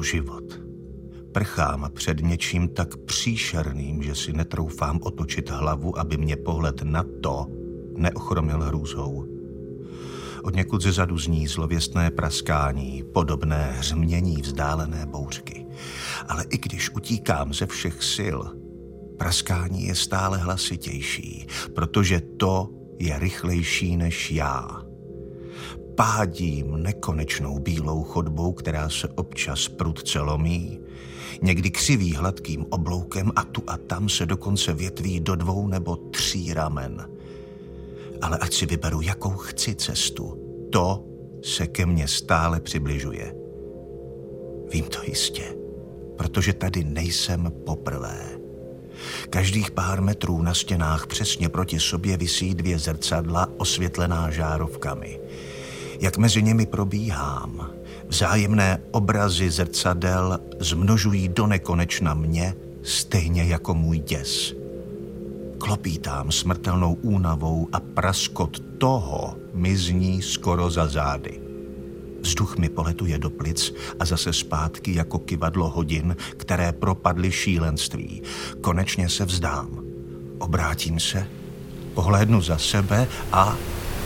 život. Prchám před něčím tak příšerným, že si netroufám otočit hlavu, aby mě pohled na to neochromil hrůzou. Odněkud zezadu zní zlověstné praskání, podobné hřmění vzdálené bouřky. Ale i když utíkám ze všech sil, praskání je stále hlasitější, protože to je rychlejší než já. Pádím nekonečnou bílou chodbou, která se občas prudce lomí, někdy křiví hladkým obloukem a tu a tam se dokonce větví do 2 nebo 3 ramen. Ale ať si vyberu, jakou chci cestu, to se ke mně stále přibližuje. Vím to jistě, protože tady nejsem poprvé. Každých pár metrů na stěnách přesně proti sobě visí 2 zrcadla osvětlená žárovkami. Jak mezi nimi probíhám, vzájemné obrazy zrcadel zmnožují do nekonečna mě, stejně jako můj děs. Klopítám smrtelnou únavou a praskot toho mi zní skoro za zády. Vzduch mi poletuje do plic a zase zpátky jako kyvadlo hodin, které propadly šílenství. Konečně se vzdám. Obrátím se, pohlédnu za sebe a...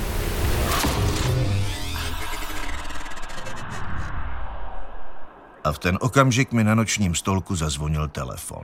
A v ten okamžik mi na nočním stolku zazvonil telefon.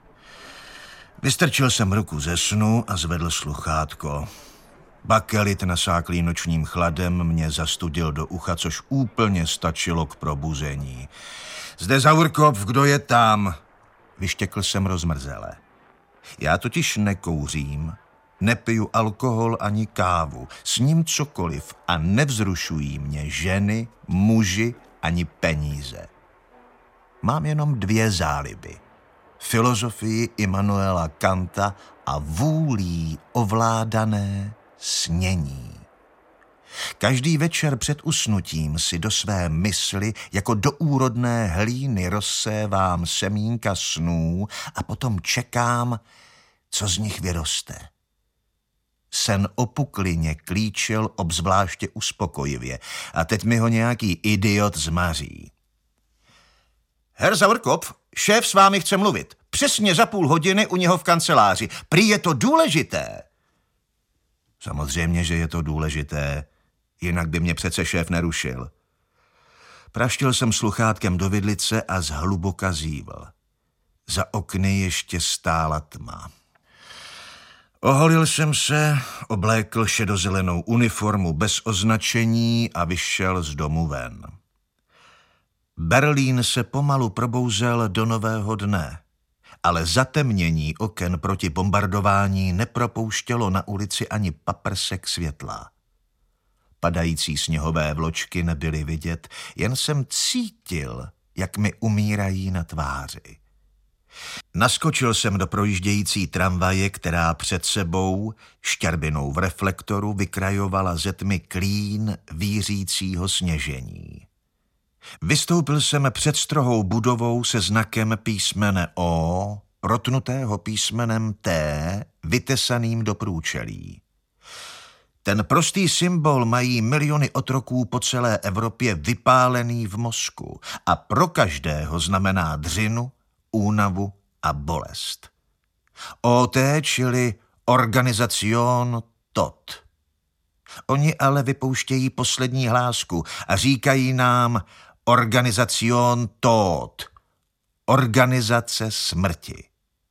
Vystrčil jsem ruku ze snu a zvedl sluchátko. Bakelit nasáklý nočním chladem mě zastudil do ucha, což úplně stačilo k probuzení. Zde Zaurkov, kdo je tam? Vyštěkl jsem rozmrzele. Já totiž nekouřím, nepiju alkohol ani kávu, sním cokoliv a nevzrušují mě ženy, muži ani peníze. Mám jenom 2 záliby. Filozofii Immanuela Kanta a vůlí ovládané snění. Každý večer před usnutím si do své mysli jako do úrodné hlíny rozsévám semínka snů a potom čekám, co z nich vyroste. Sen o puklině klíčil obzvláště uspokojivě a teď mi ho nějaký idiot zmaří. Herr Zaurkov, šéf s vámi chce mluvit. Přesně za půl hodiny u něho v kanceláři. Prý je to důležité. Samozřejmě, že je to důležité. Jinak by mě přece šéf nerušil. Praštil jsem sluchátkem do vidlice a zhluboka zívl. Za okny ještě stála tma. Oholil jsem se, oblékl šedozelenou uniformu bez označení a vyšel z domu ven. Berlín se pomalu probouzel do nového dne, ale zatemnění oken proti bombardování nepropouštělo na ulici ani paprsek světla. Padající sněhové vločky nebyly vidět, jen jsem cítil, jak mi umírají na tváři. Naskočil jsem do projíždějící tramvaje, která před sebou, šťarbinou v reflektoru, vykrajovala ze tmy klín vířícího sněžení. Vystoupil jsem před strohou budovou se znakem písmene O, protnutého písmenem T, vytesaným do průčelí. Ten prostý symbol mají miliony otroků po celé Evropě vypálený v mozku a pro každého znamená dřinu, únavu a bolest. OT, čili Organisation Tot. Oni ale vypouštějí poslední hlásku a říkají nám Organisation Tod. Organizace smrti.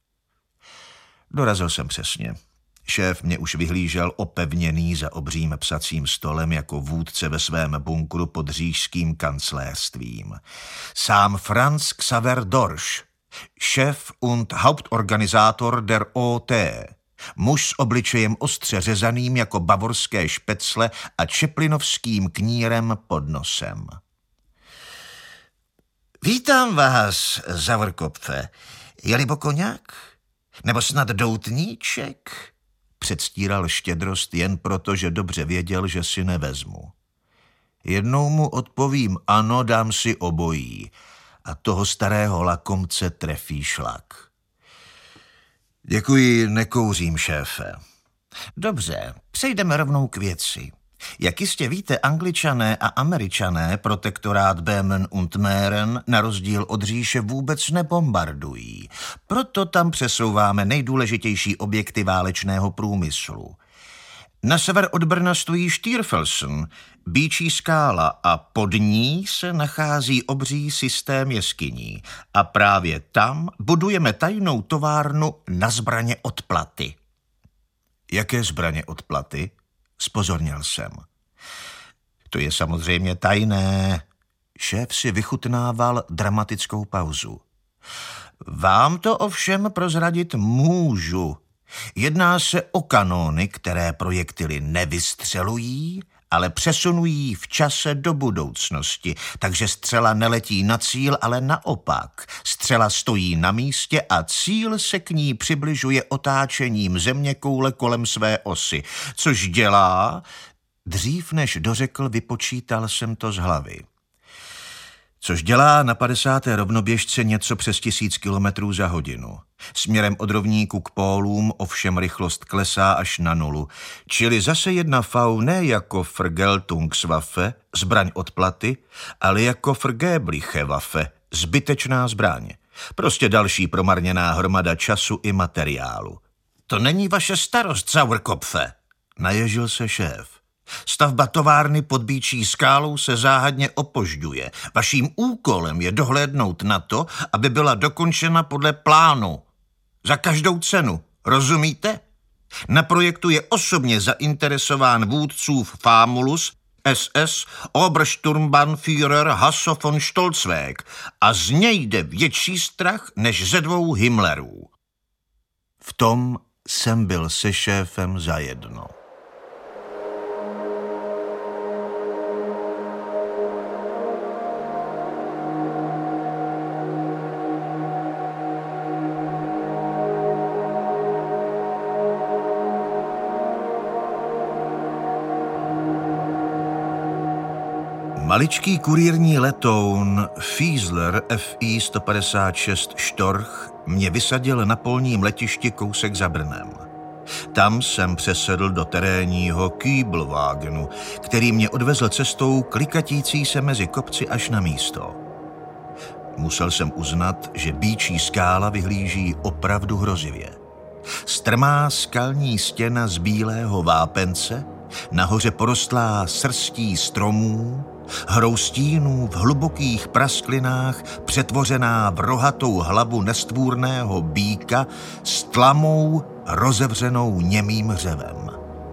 Dorazil jsem přesně. Šéf mě už vyhlížel opevněný za obřím psacím stolem jako vůdce ve svém bunkru pod říšským kancléřstvím. Sám Franz Xaver Dorsch, šéf und Hauptorganizátor der OT, muž s obličejem ostře řezaným jako bavorské špecle a čeplinovským knírem pod nosem. Vítám vás, Zaurkopfe. Je-li koněk? Nebo snad doutníček? Předstíral štědrost jen proto, že dobře věděl, že si nevezmu. Jednou mu odpovím ano, dám si obojí a toho starého lakomce trefí šlak. Děkuji, nekouřím, šéfe. Dobře, přejdeme rovnou k věci. Jak jistě víte, Angličané a Američané protektorát Böhmen und Mähren na rozdíl od říše vůbec nebombardují. Proto tam přesouváme nejdůležitější objekty válečného průmyslu. Na sever od Brna stojí Stierfelsen, Býčí skála, a pod ní se nachází obří systém jeskyní. A právě tam budujeme tajnou továrnu na zbraně odplaty. Jaké zbraně odplaty? Zpozorněl jsem. To je samozřejmě tajné. Šéf si vychutnával dramatickou pauzu. Vám to ovšem prozradit můžu. Jedná se o kanóny, které projektily nevystřelují, ale přesunují v čase do budoucnosti, takže střela neletí na cíl, ale naopak. Střela stojí na místě a cíl se k ní přibližuje otáčením zeměkoule kolem své osy, což dělá... Dřív než dořekl, vypočítal jsem to z hlavy. Což dělá na 50. rovnoběžce něco přes 1000 kilometrů za hodinu. Směrem od rovníku k pólům ovšem rychlost klesá až na 0. Čili zase jedna V ne jako Vergeltungswaffe, zbraň odplaty, ale jako Vergebliche Waffe, zbytečná zbraň. Prostě další promarněná hromada času i materiálu. To není vaše starost, Sauerkopfe, naježil se šéf. Stavba továrny pod Býčí skálou se záhadně opožďuje. Vaším úkolem je dohlédnout na to, aby byla dokončena podle plánu. Za každou cenu, rozumíte? Na projektu je osobně zainteresován vůdcův Famulus, SS, Obersturmbannführer Hasso von Stolzweg a z něj jde větší strach než ze 2 Himmlerů. V tom jsem byl se šéfem zajedno. Maličký kurírní letoun Fiesler FI 156 Storch mě vysadil na polním letišti kousek za Brnem. Tam jsem přesedl do terénního Kübelwagenu, který mě odvezl cestou klikatící se mezi kopci až na místo. Musel jsem uznat, že Býčí skála vyhlíží opravdu hrozivě. Strmá skalní stěna z bílého vápence, nahoře porostlá srstí stromů, hrou stínů v hlubokých prasklinách přetvořená v rohatou hlavu nestvůrného býka s tlamou rozevřenou němým řevem.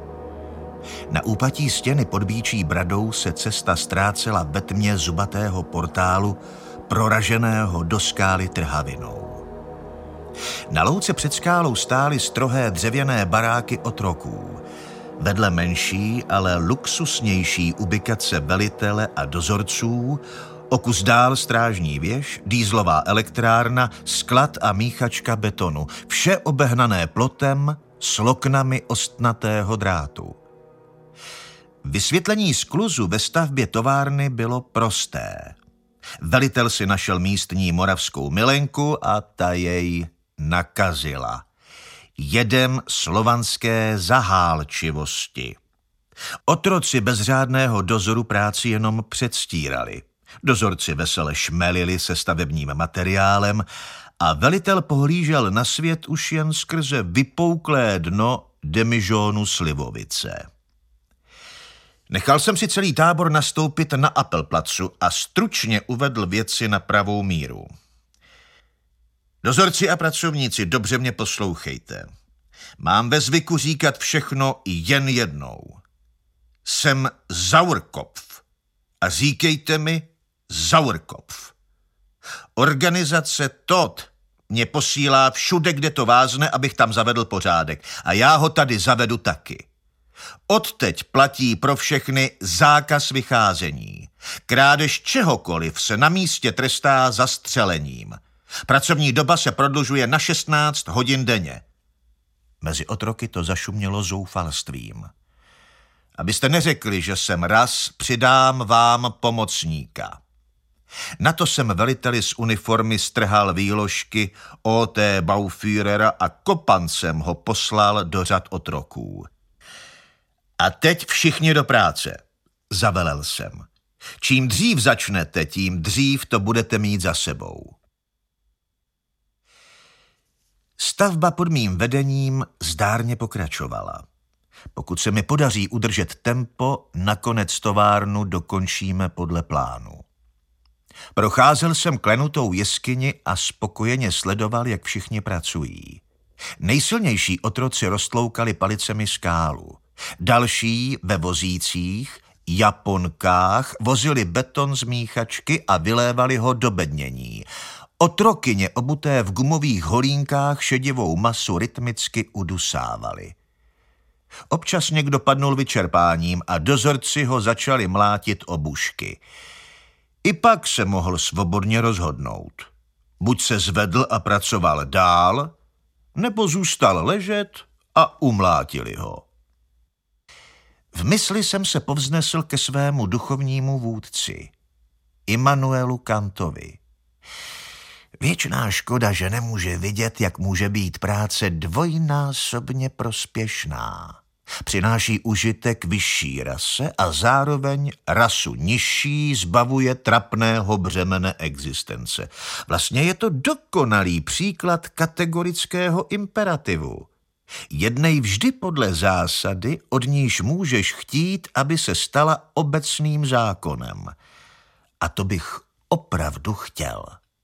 Na úpatí stěny pod Býčí bradou se cesta ztrácela ve tmě zubatého portálu, proraženého do skály trhavinou. Na louce před skálou stály strohé dřevěné baráky otroků. Vedle menší, ale luxusnější ubikace velitele a dozorců, o kus dál strážní věž, dýzlová elektrárna, sklad a míchačka betonu, vše obehnané plotem s loknami ostnatého drátu. Vysvětlení skluzu ve stavbě továrny bylo prosté. Velitel si našel místní moravskou milenku a ta jej nakazila. Jedem slovanské zahálčivosti. Otroci bez řádného dozoru práci jenom předstírali. Dozorci vesele šmelili se stavebním materiálem a velitel pohlížel na svět už jen skrze vypouklé dno demižónu slivovice. Nechal jsem si celý tábor nastoupit na Appelplatzu a stručně uvedl věci na pravou míru. Dozorci a pracovníci, dobře mě poslouchejte. Mám ve zvyku říkat všechno jen jednou. Jsem Sauerkopf a říkejte mi Sauerkopf. Organizace TOD mě posílá všude, kde to vázne, abych tam zavedl pořádek. A já ho tady zavedu taky. Odteď platí pro všechny zákaz vycházení. Krádež čehokoliv se na místě trestá zastřelením. Pracovní doba se prodlužuje na 16 hodin denně. Mezi otroky to zašumělo zoufalstvím. Abyste neřekli, že jsem ras, přidám vám pomocníka. Na to jsem veliteli z uniformy strhal výložky O.T. Bauführera a kopancem ho poslal do řad otroků. A teď všichni do práce, zavelel jsem. Čím dřív začnete, tím dřív to budete mít za sebou. Stavba pod mým vedením zdárně pokračovala. Pokud se mi podaří udržet tempo, nakonec továrnu dokončíme podle plánu. Procházel jsem klenutou jeskyni a spokojeně sledoval, jak všichni pracují. Nejsilnější otroci roztloukali palicemi skálu. Další ve vozících, japonkách, vozili beton z míchačky a vylévali ho do bednění. Otrokyně obuté v gumových holínkách šedivou masu rytmicky udusávali. Občas někdo padnul vyčerpáním a dozorci ho začali mlátit obušky. I pak se mohl svobodně rozhodnout. Buď se zvedl a pracoval dál, nebo zůstal ležet a umlátili ho. V mysli jsem se povznesl ke svému duchovnímu vůdci, Immanuelu Kantovi. Věčná škoda, že nemůže vidět, jak může být práce dvojnásobně prospěšná. Přináší užitek vyšší rase a zároveň rasu nižší zbavuje trapného břemene existence. Vlastně je to dokonalý příklad kategorického imperativu. Jednej vždy podle zásady, od níž můžeš chtít, aby se stala obecným zákonem. A to bych opravdu chtěl.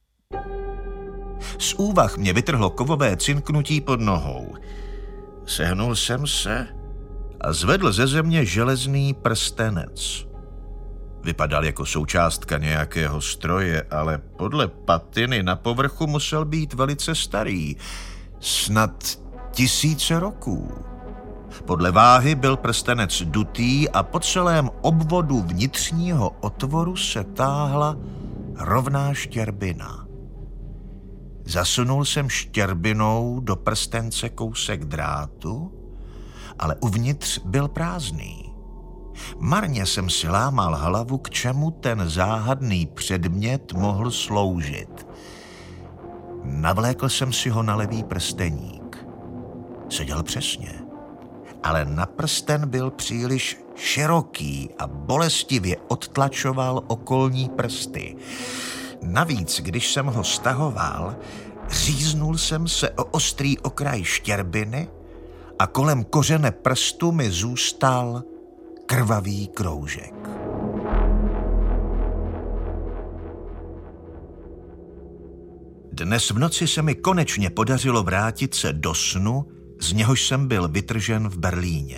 Z úvah mě vytrhlo kovové cinknutí pod nohou. Sehnul jsem se a zvedl ze země železný prstenec. Vypadal jako součástka nějakého stroje, ale podle patiny na povrchu musel být velice starý, snad 1000 roků. Podle váhy byl prstenec dutý a po celém obvodu vnitřního otvoru se táhla rovná štěrbina. Zasunul jsem štěrbinou do prstence kousek drátu, ale uvnitř byl prázdný. Marně jsem si lámal hlavu, k čemu ten záhadný předmět mohl sloužit. Navlékl jsem si ho na levý prsteník. Seděl přesně, ale na prsten byl příliš široký a bolestivě odtlačoval okolní prsty. Navíc, když jsem ho stahoval, říznul jsem se o ostrý okraj štěrbiny a kolem kořene prstu mi zůstal krvavý kroužek. Dnes v noci se mi konečně podařilo vrátit se do snu, z něhož jsem byl vytržen v Berlíně.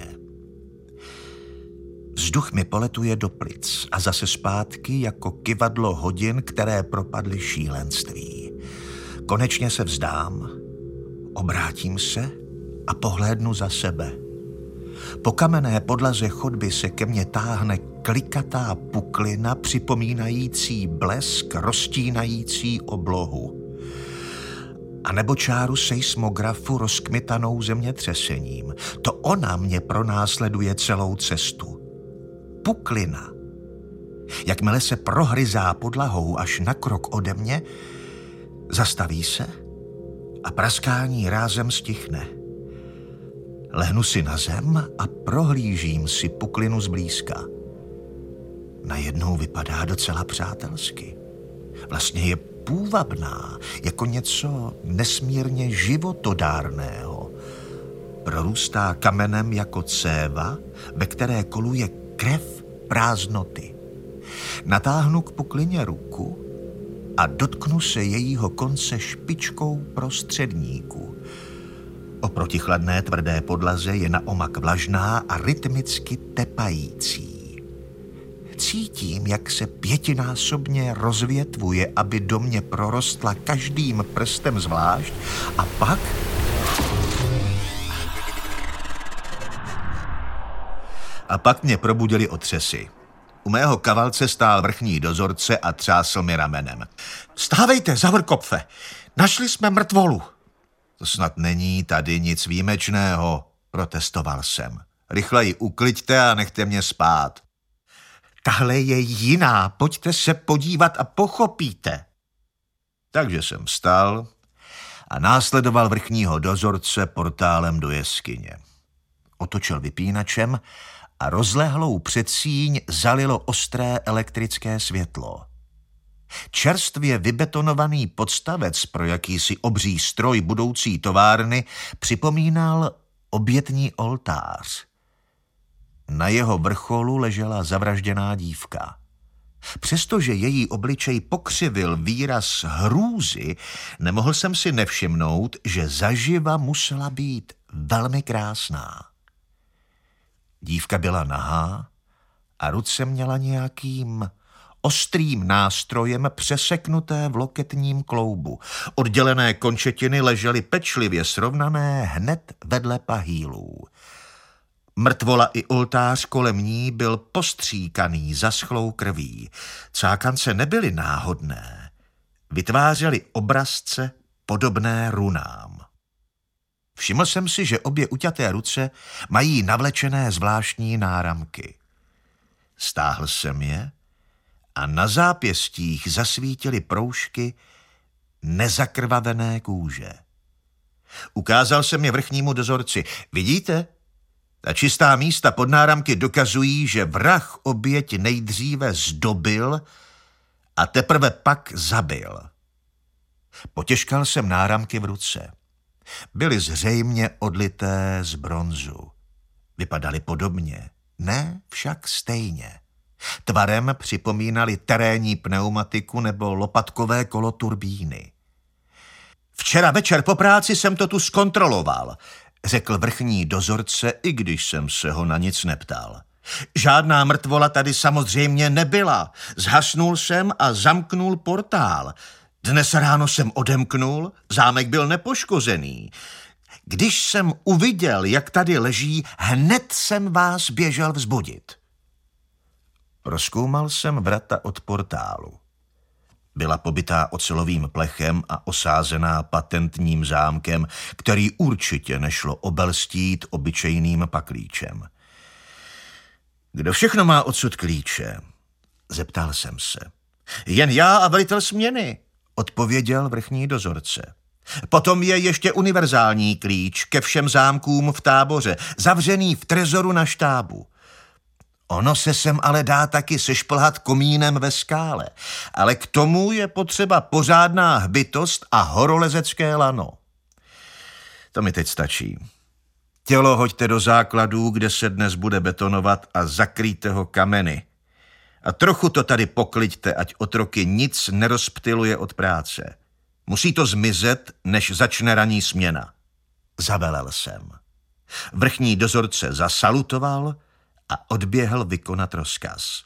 Vzduch mi poletuje do plic a zase zpátky jako kyvadlo hodin, které propadly šílenství. Konečně se vzdám, obrátím se a pohlédnu za sebe. Po kamenné podlaze chodby se ke mně táhne klikatá puklina připomínající blesk roztínající oblohu. A nebo čáru seismografu rozkmitanou zemětřesením. To ona mě pronásleduje celou cestu. Puklina. Jakmile se prohryzá podlahou až na krok ode mě, zastaví se a praskání rázem stichne. Lehnu si na zem a prohlížím si puklinu zblízka. Najednou vypadá docela přátelsky. Vlastně je půvabná, jako něco nesmírně životodárného. Prorůstá kamenem jako céva, ve které koluje krev prázdnoty. Natáhnu k puklině ruku a dotknu se jejího konce špičkou prostředníku. Oproti chladné tvrdé podlaze je naomak vlažná a rytmicky tepající. Cítím, jak se pětinásobně rozvětvuje, aby do mě prorostla každým prstem zvlášť a pak mě probudili otřesy. U mého kavalce stál vrchní dozorce a třásl mi ramenem. Vstávejte, Zavrkopfe, našli jsme mrtvolu. To snad není tady nic výjimečného, protestoval jsem. Rychleji ukliďte a nechte mě spát. Tahle je jiná, pojďte se podívat a pochopíte. Takže jsem vstal a následoval vrchního dozorce portálem do jeskyně. Otočil vypínačem a rozlehlou předsíň zalilo ostré elektrické světlo. Čerstvě vybetonovaný podstavec pro jakýsi obří stroj budoucí továrny připomínal obětní oltář. Na jeho vrcholu ležela zavražděná dívka. Přestože její obličej pokřivil výraz hrůzy, nemohl jsem si nevšimnout, že zaživa musela být velmi krásná. Dívka byla nahá a ruce měla nějakým ostrým nástrojem přeseknuté v loketním kloubu. Oddělené končetiny ležely pečlivě srovnané hned vedle pahýlů. Mrtvola i oltář kolem ní byl postříkaný zaschlou krví. Cákance nebyly náhodné. Vytvářely obrazce podobné runám. Všiml jsem si, že obě uťaté ruce mají navlečené zvláštní náramky. Stáhl jsem je a na zápěstích zasvítily proužky nezakrvavené kůže. Ukázal jsem je vrchnímu dozorci. Vidíte? Ta čistá místa pod náramky dokazují, že vrah oběť nejdříve zdobil a teprve pak zabil. Potěžkal jsem náramky v ruce. Byly zřejmě odlité z bronzu. Vypadaly podobně, ne však stejně. Tvarem připomínaly terénní pneumatiku nebo lopatkové kolo turbíny. Včera večer po práci jsem to tu zkontroloval, řekl vrchní dozorce, i když jsem se ho na nic neptal. Žádná mrtvola tady samozřejmě nebyla. Zhasnul jsem a zamknul portál. Dnes ráno jsem odemknul, zámek byl nepoškozený. Když jsem uviděl, jak tady leží, hned jsem vás běžel vzbudit. Prozkoumal jsem vrata od portálu. Byla pobytá ocelovým plechem a osázená patentním zámkem, který určitě nešlo obelstít obyčejným paklíčem. Kdo všechno má odsud klíče? Zeptal jsem se. Jen já a velitel směny, odpověděl vrchní dozorce. Potom je ještě univerzální klíč ke všem zámkům v táboře, zavřený v trezoru na štábu. Ono se sem ale dá taky sešplhat komínem ve skále, ale k tomu je potřeba pořádná hbitost a horolezecké lano. To mi teď stačí. Tělo hoďte do základů, kde se dnes bude betonovat, a zakrýjte ho kameny. A trochu to tady pokliďte, ať otroky nic nerozptyluje od práce. Musí to zmizet, než začne ranní směna. Zavelel jsem. Vrchní dozorce zasalutoval a odběhl vykonat rozkaz.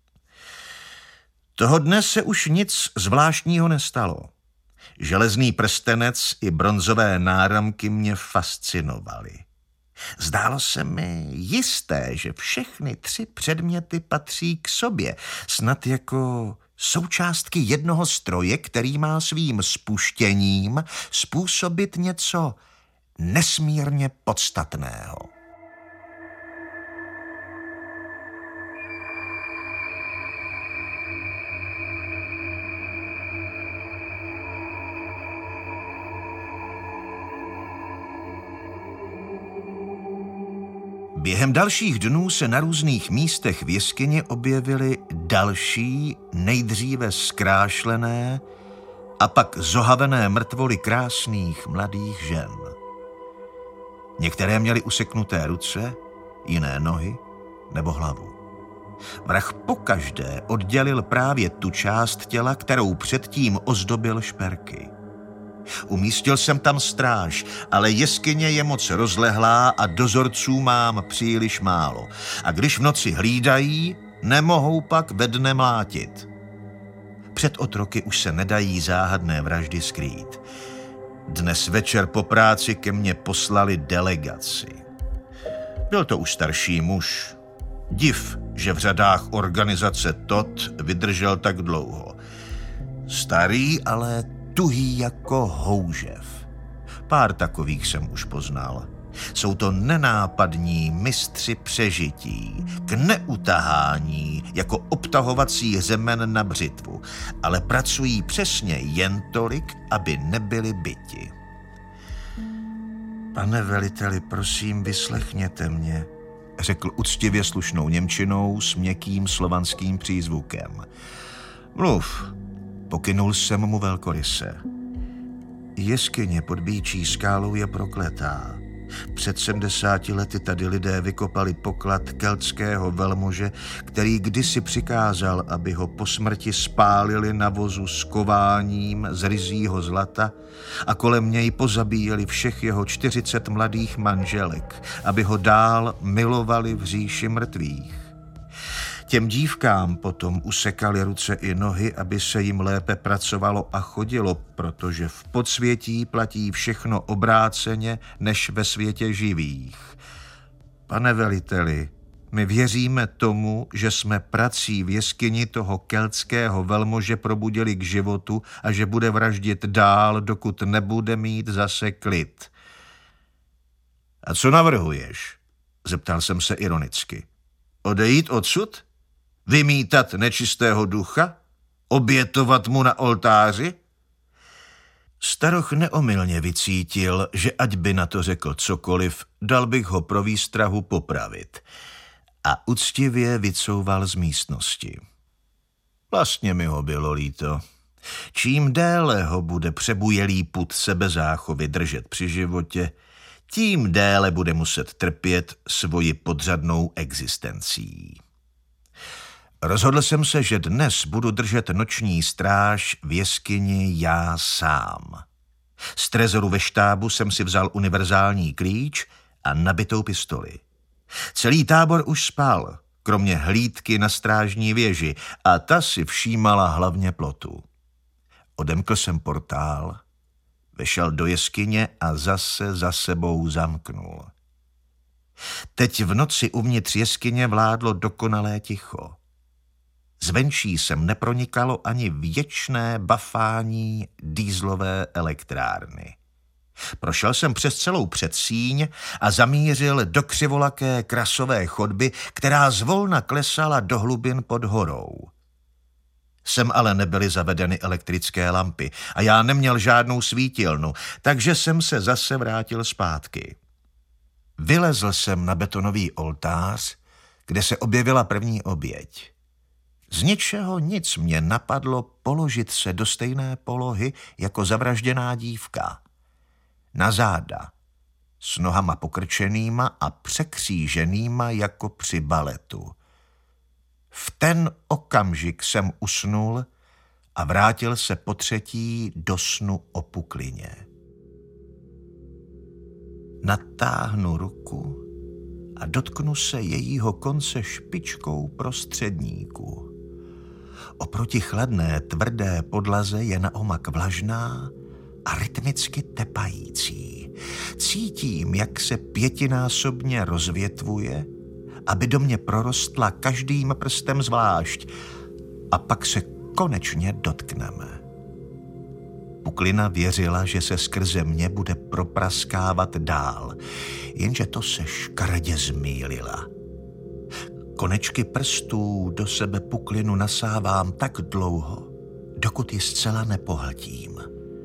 Toho dne se už nic zvláštního nestalo. Železný prstenec i bronzové náramky mě fascinovaly. Zdálo se mi jisté, že všechny tři předměty patří k sobě, snad jako součástky jednoho stroje, který má svým spuštěním způsobit něco nesmírně podstatného. Během dalších dnů se na různých místech v jeskyni objevily další, nejdříve zkrášlené a pak zohavené mrtvoly krásných mladých žen. Některé měly useknuté ruce, jiné nohy nebo hlavu. Vrah pokaždé oddělil právě tu část těla, kterou předtím ozdobil šperky. Umístil jsem tam stráž, ale jeskyně je moc rozlehlá a dozorců mám příliš málo. A když v noci hlídají, nemohou pak ve dne mlátit. Před otroky už se nedají záhadné vraždy skrýt. Dnes večer po práci ke mně poslali delegaci. Byl to už starší muž. Div, že v řadách organizace TOT vydržel tak dlouho. Starý, ale tuhý jako houžev. Pár takových jsem už poznal. Jsou to nenápadní mistři přežití, k neutahání, jako obtahovací řemen na břitvu, ale pracují přesně jen tolik, aby nebyli byti. Pane veliteli, prosím, vyslechněte mě, řekl uctivě slušnou němčinou s měkkým slovanským přízvukem. Mluv, pokynul jsem mu velkoryse. Jeskyně pod Býčí skálou je prokletá. Před 70 lety tady lidé vykopali poklad keltského velmože, který kdysi přikázal, aby ho po smrti spálili na vozu s kováním z ryzího zlata a kolem něj pozabíjeli všech jeho 40 mladých manželek, aby ho dál milovali v říši mrtvých. Těm dívkám potom usekali ruce i nohy, aby se jim lépe pracovalo a chodilo, protože v podsvětí platí všechno obráceně než ve světě živých. Pane veliteli, my věříme tomu, že jsme prací v jeskyni toho keltského velmože probudili k životu a že bude vraždit dál, dokud nebude mít zase klid. A co navrhuješ? Zeptal jsem se ironicky. Odejít odsud? Vymítat nečistého ducha? Obětovat mu na oltáři? Staroch neomylně vycítil, že ať by na to řekl cokoliv, dal bych ho pro výstrahu popravit. A uctivě vycouval z místnosti. Vlastně mi ho bylo líto. Čím déle ho bude přebujelý pud sebezáchovy držet při životě, tím déle bude muset trpět svoji podřadnou existencí. Rozhodl jsem se, že dnes budu držet noční stráž v jeskyni já sám. Z trezoru ve štábu jsem si vzal univerzální klíč a nabitou pistoli. Celý tábor už spal, kromě hlídky na strážní věži, a ta si všímala hlavně plotu. Odemkl jsem portál, vešel do jeskyně a zase za sebou zamknul. Teď v noci uvnitř jeskyně vládlo dokonalé ticho. Zvenčí sem nepronikalo ani věčné bafání dýzlové elektrárny. Prošel jsem přes celou předsíň a zamířil do křivolaké krasové chodby, která zvolna klesala do hlubin pod horou. Sem ale nebyly zavedeny elektrické lampy a já neměl žádnou svítilnu, takže jsem se zase vrátil zpátky. Vylezl jsem na betonový oltář, kde se objevila první oběť. Z ničeho nic mě napadlo položit se do stejné polohy jako zavražděná dívka. Na záda, s nohama pokrčenýma a překříženýma jako při baletu. V ten okamžik jsem usnul a vrátil se po třetí do snu o puklině. Natáhnu ruku a dotknu se jejího konce špičkou prostředníku. Oproti chladné, tvrdé podlaze je naomak vlažná a rytmicky tepající. Cítím, jak se pětinásobně rozvětvuje, aby do mě prorostla každým prstem zvlášť, a pak se konečně dotkneme. Puklina věřila, že se skrze mě bude propraskávat dál, jenže to se škaredě zmýlila. Konečky prstů do sebe puklinu nasávám tak dlouho, dokud ji zcela nepohltím.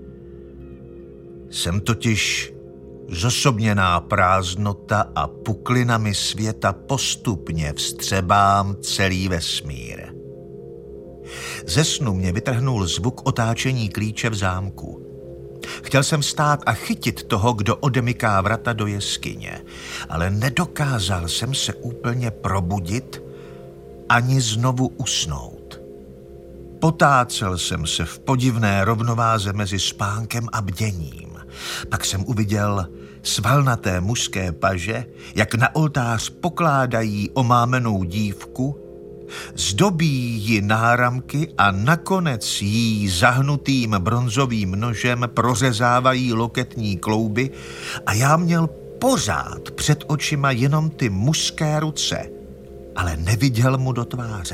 Jsem totiž zosobněná prázdnota a puklinami světa postupně vstřebám celý vesmír. Ze snu mě vytrhnul zvuk otáčení klíče v zámku. Chtěl jsem vstát a chytit toho, kdo odemyká vrata do jeskyně, ale nedokázal jsem se úplně probudit ani znovu usnout. Potácel jsem se v podivné rovnováze mezi spánkem a bděním. Pak jsem uviděl svalnaté mužské paže, jak na oltář pokládají omámenou dívku, zdobí ji náramky a nakonec jí zahnutým bronzovým nožem prořezávají loketní klouby a já měl pořád před očima jenom ty mužské ruce, ale neviděl mu do tváře.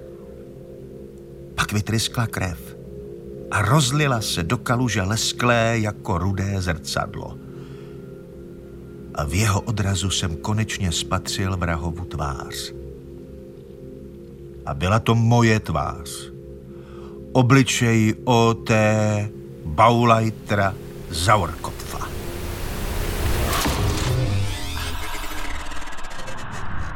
Pak vytryskla krev a rozlila se do kaluže lesklé jako rudé zrcadlo. A v jeho odrazu jsem konečně spatřil vrahovu tvář. A byla to moje tvář. Obličej O.T. Bauleitera Sauerkopfa.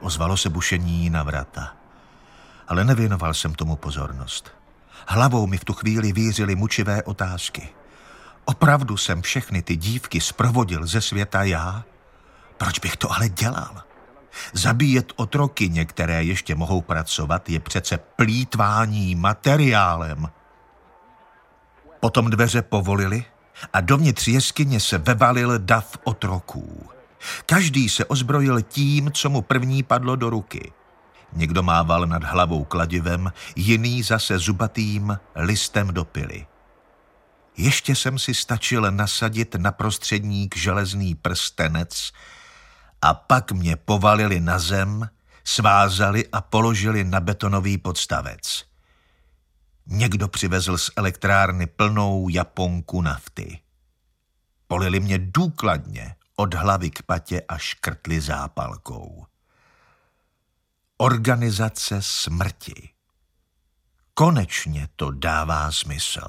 Ozvalo se bušení na vrata, ale nevěnoval jsem tomu pozornost. Hlavou mi v tu chvíli vířily mučivé otázky. Opravdu jsem všechny ty dívky sprovodil ze světa já? Proč bych to ale dělal? Zabíjet otrokyně, které ještě mohou pracovat, je přece plýtvání materiálem. Potom dveře povolily a dovnitř jeskyně se vevalil dav otroků. Každý se ozbrojil tím, co mu první padlo do ruky. Někdo mával nad hlavou kladivem, jiný zase zubatým listem do pily. Ještě jsem si stačil nasadit na prostředník železný prstenec a pak mě povalili na zem, svázali a položili na betonový podstavec. Někdo přivezl z elektrárny plnou japonku nafty. Polili mě důkladně od hlavy k patě a škrtli zápalkou. Organizace smrti. Konečně to dává smysl.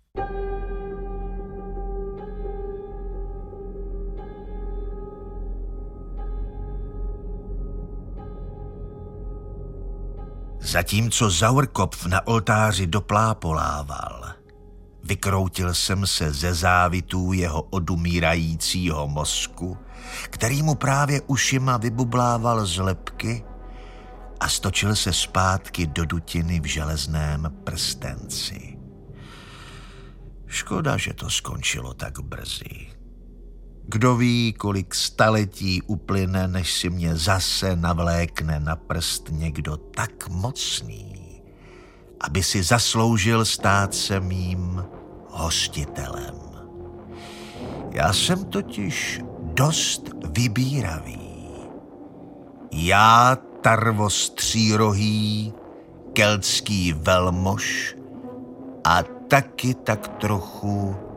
Zatímco Sauerkopf na oltáři doplápolával, vykroutil jsem se ze závitů jeho odumírajícího mozku, který mu právě ušima vybublával z lebky, a stočil se zpátky do dutiny v železném prstenci. Škoda, že to skončilo tak brzy. Kdo ví, kolik staletí uplyne, než si mě zase navlékne na prst někdo tak mocný, aby si zasloužil stát se mým hostitelem. Já jsem totiž dost vybíravý. Já, Tarvos třírohý, keltský velmož a taky tak trochu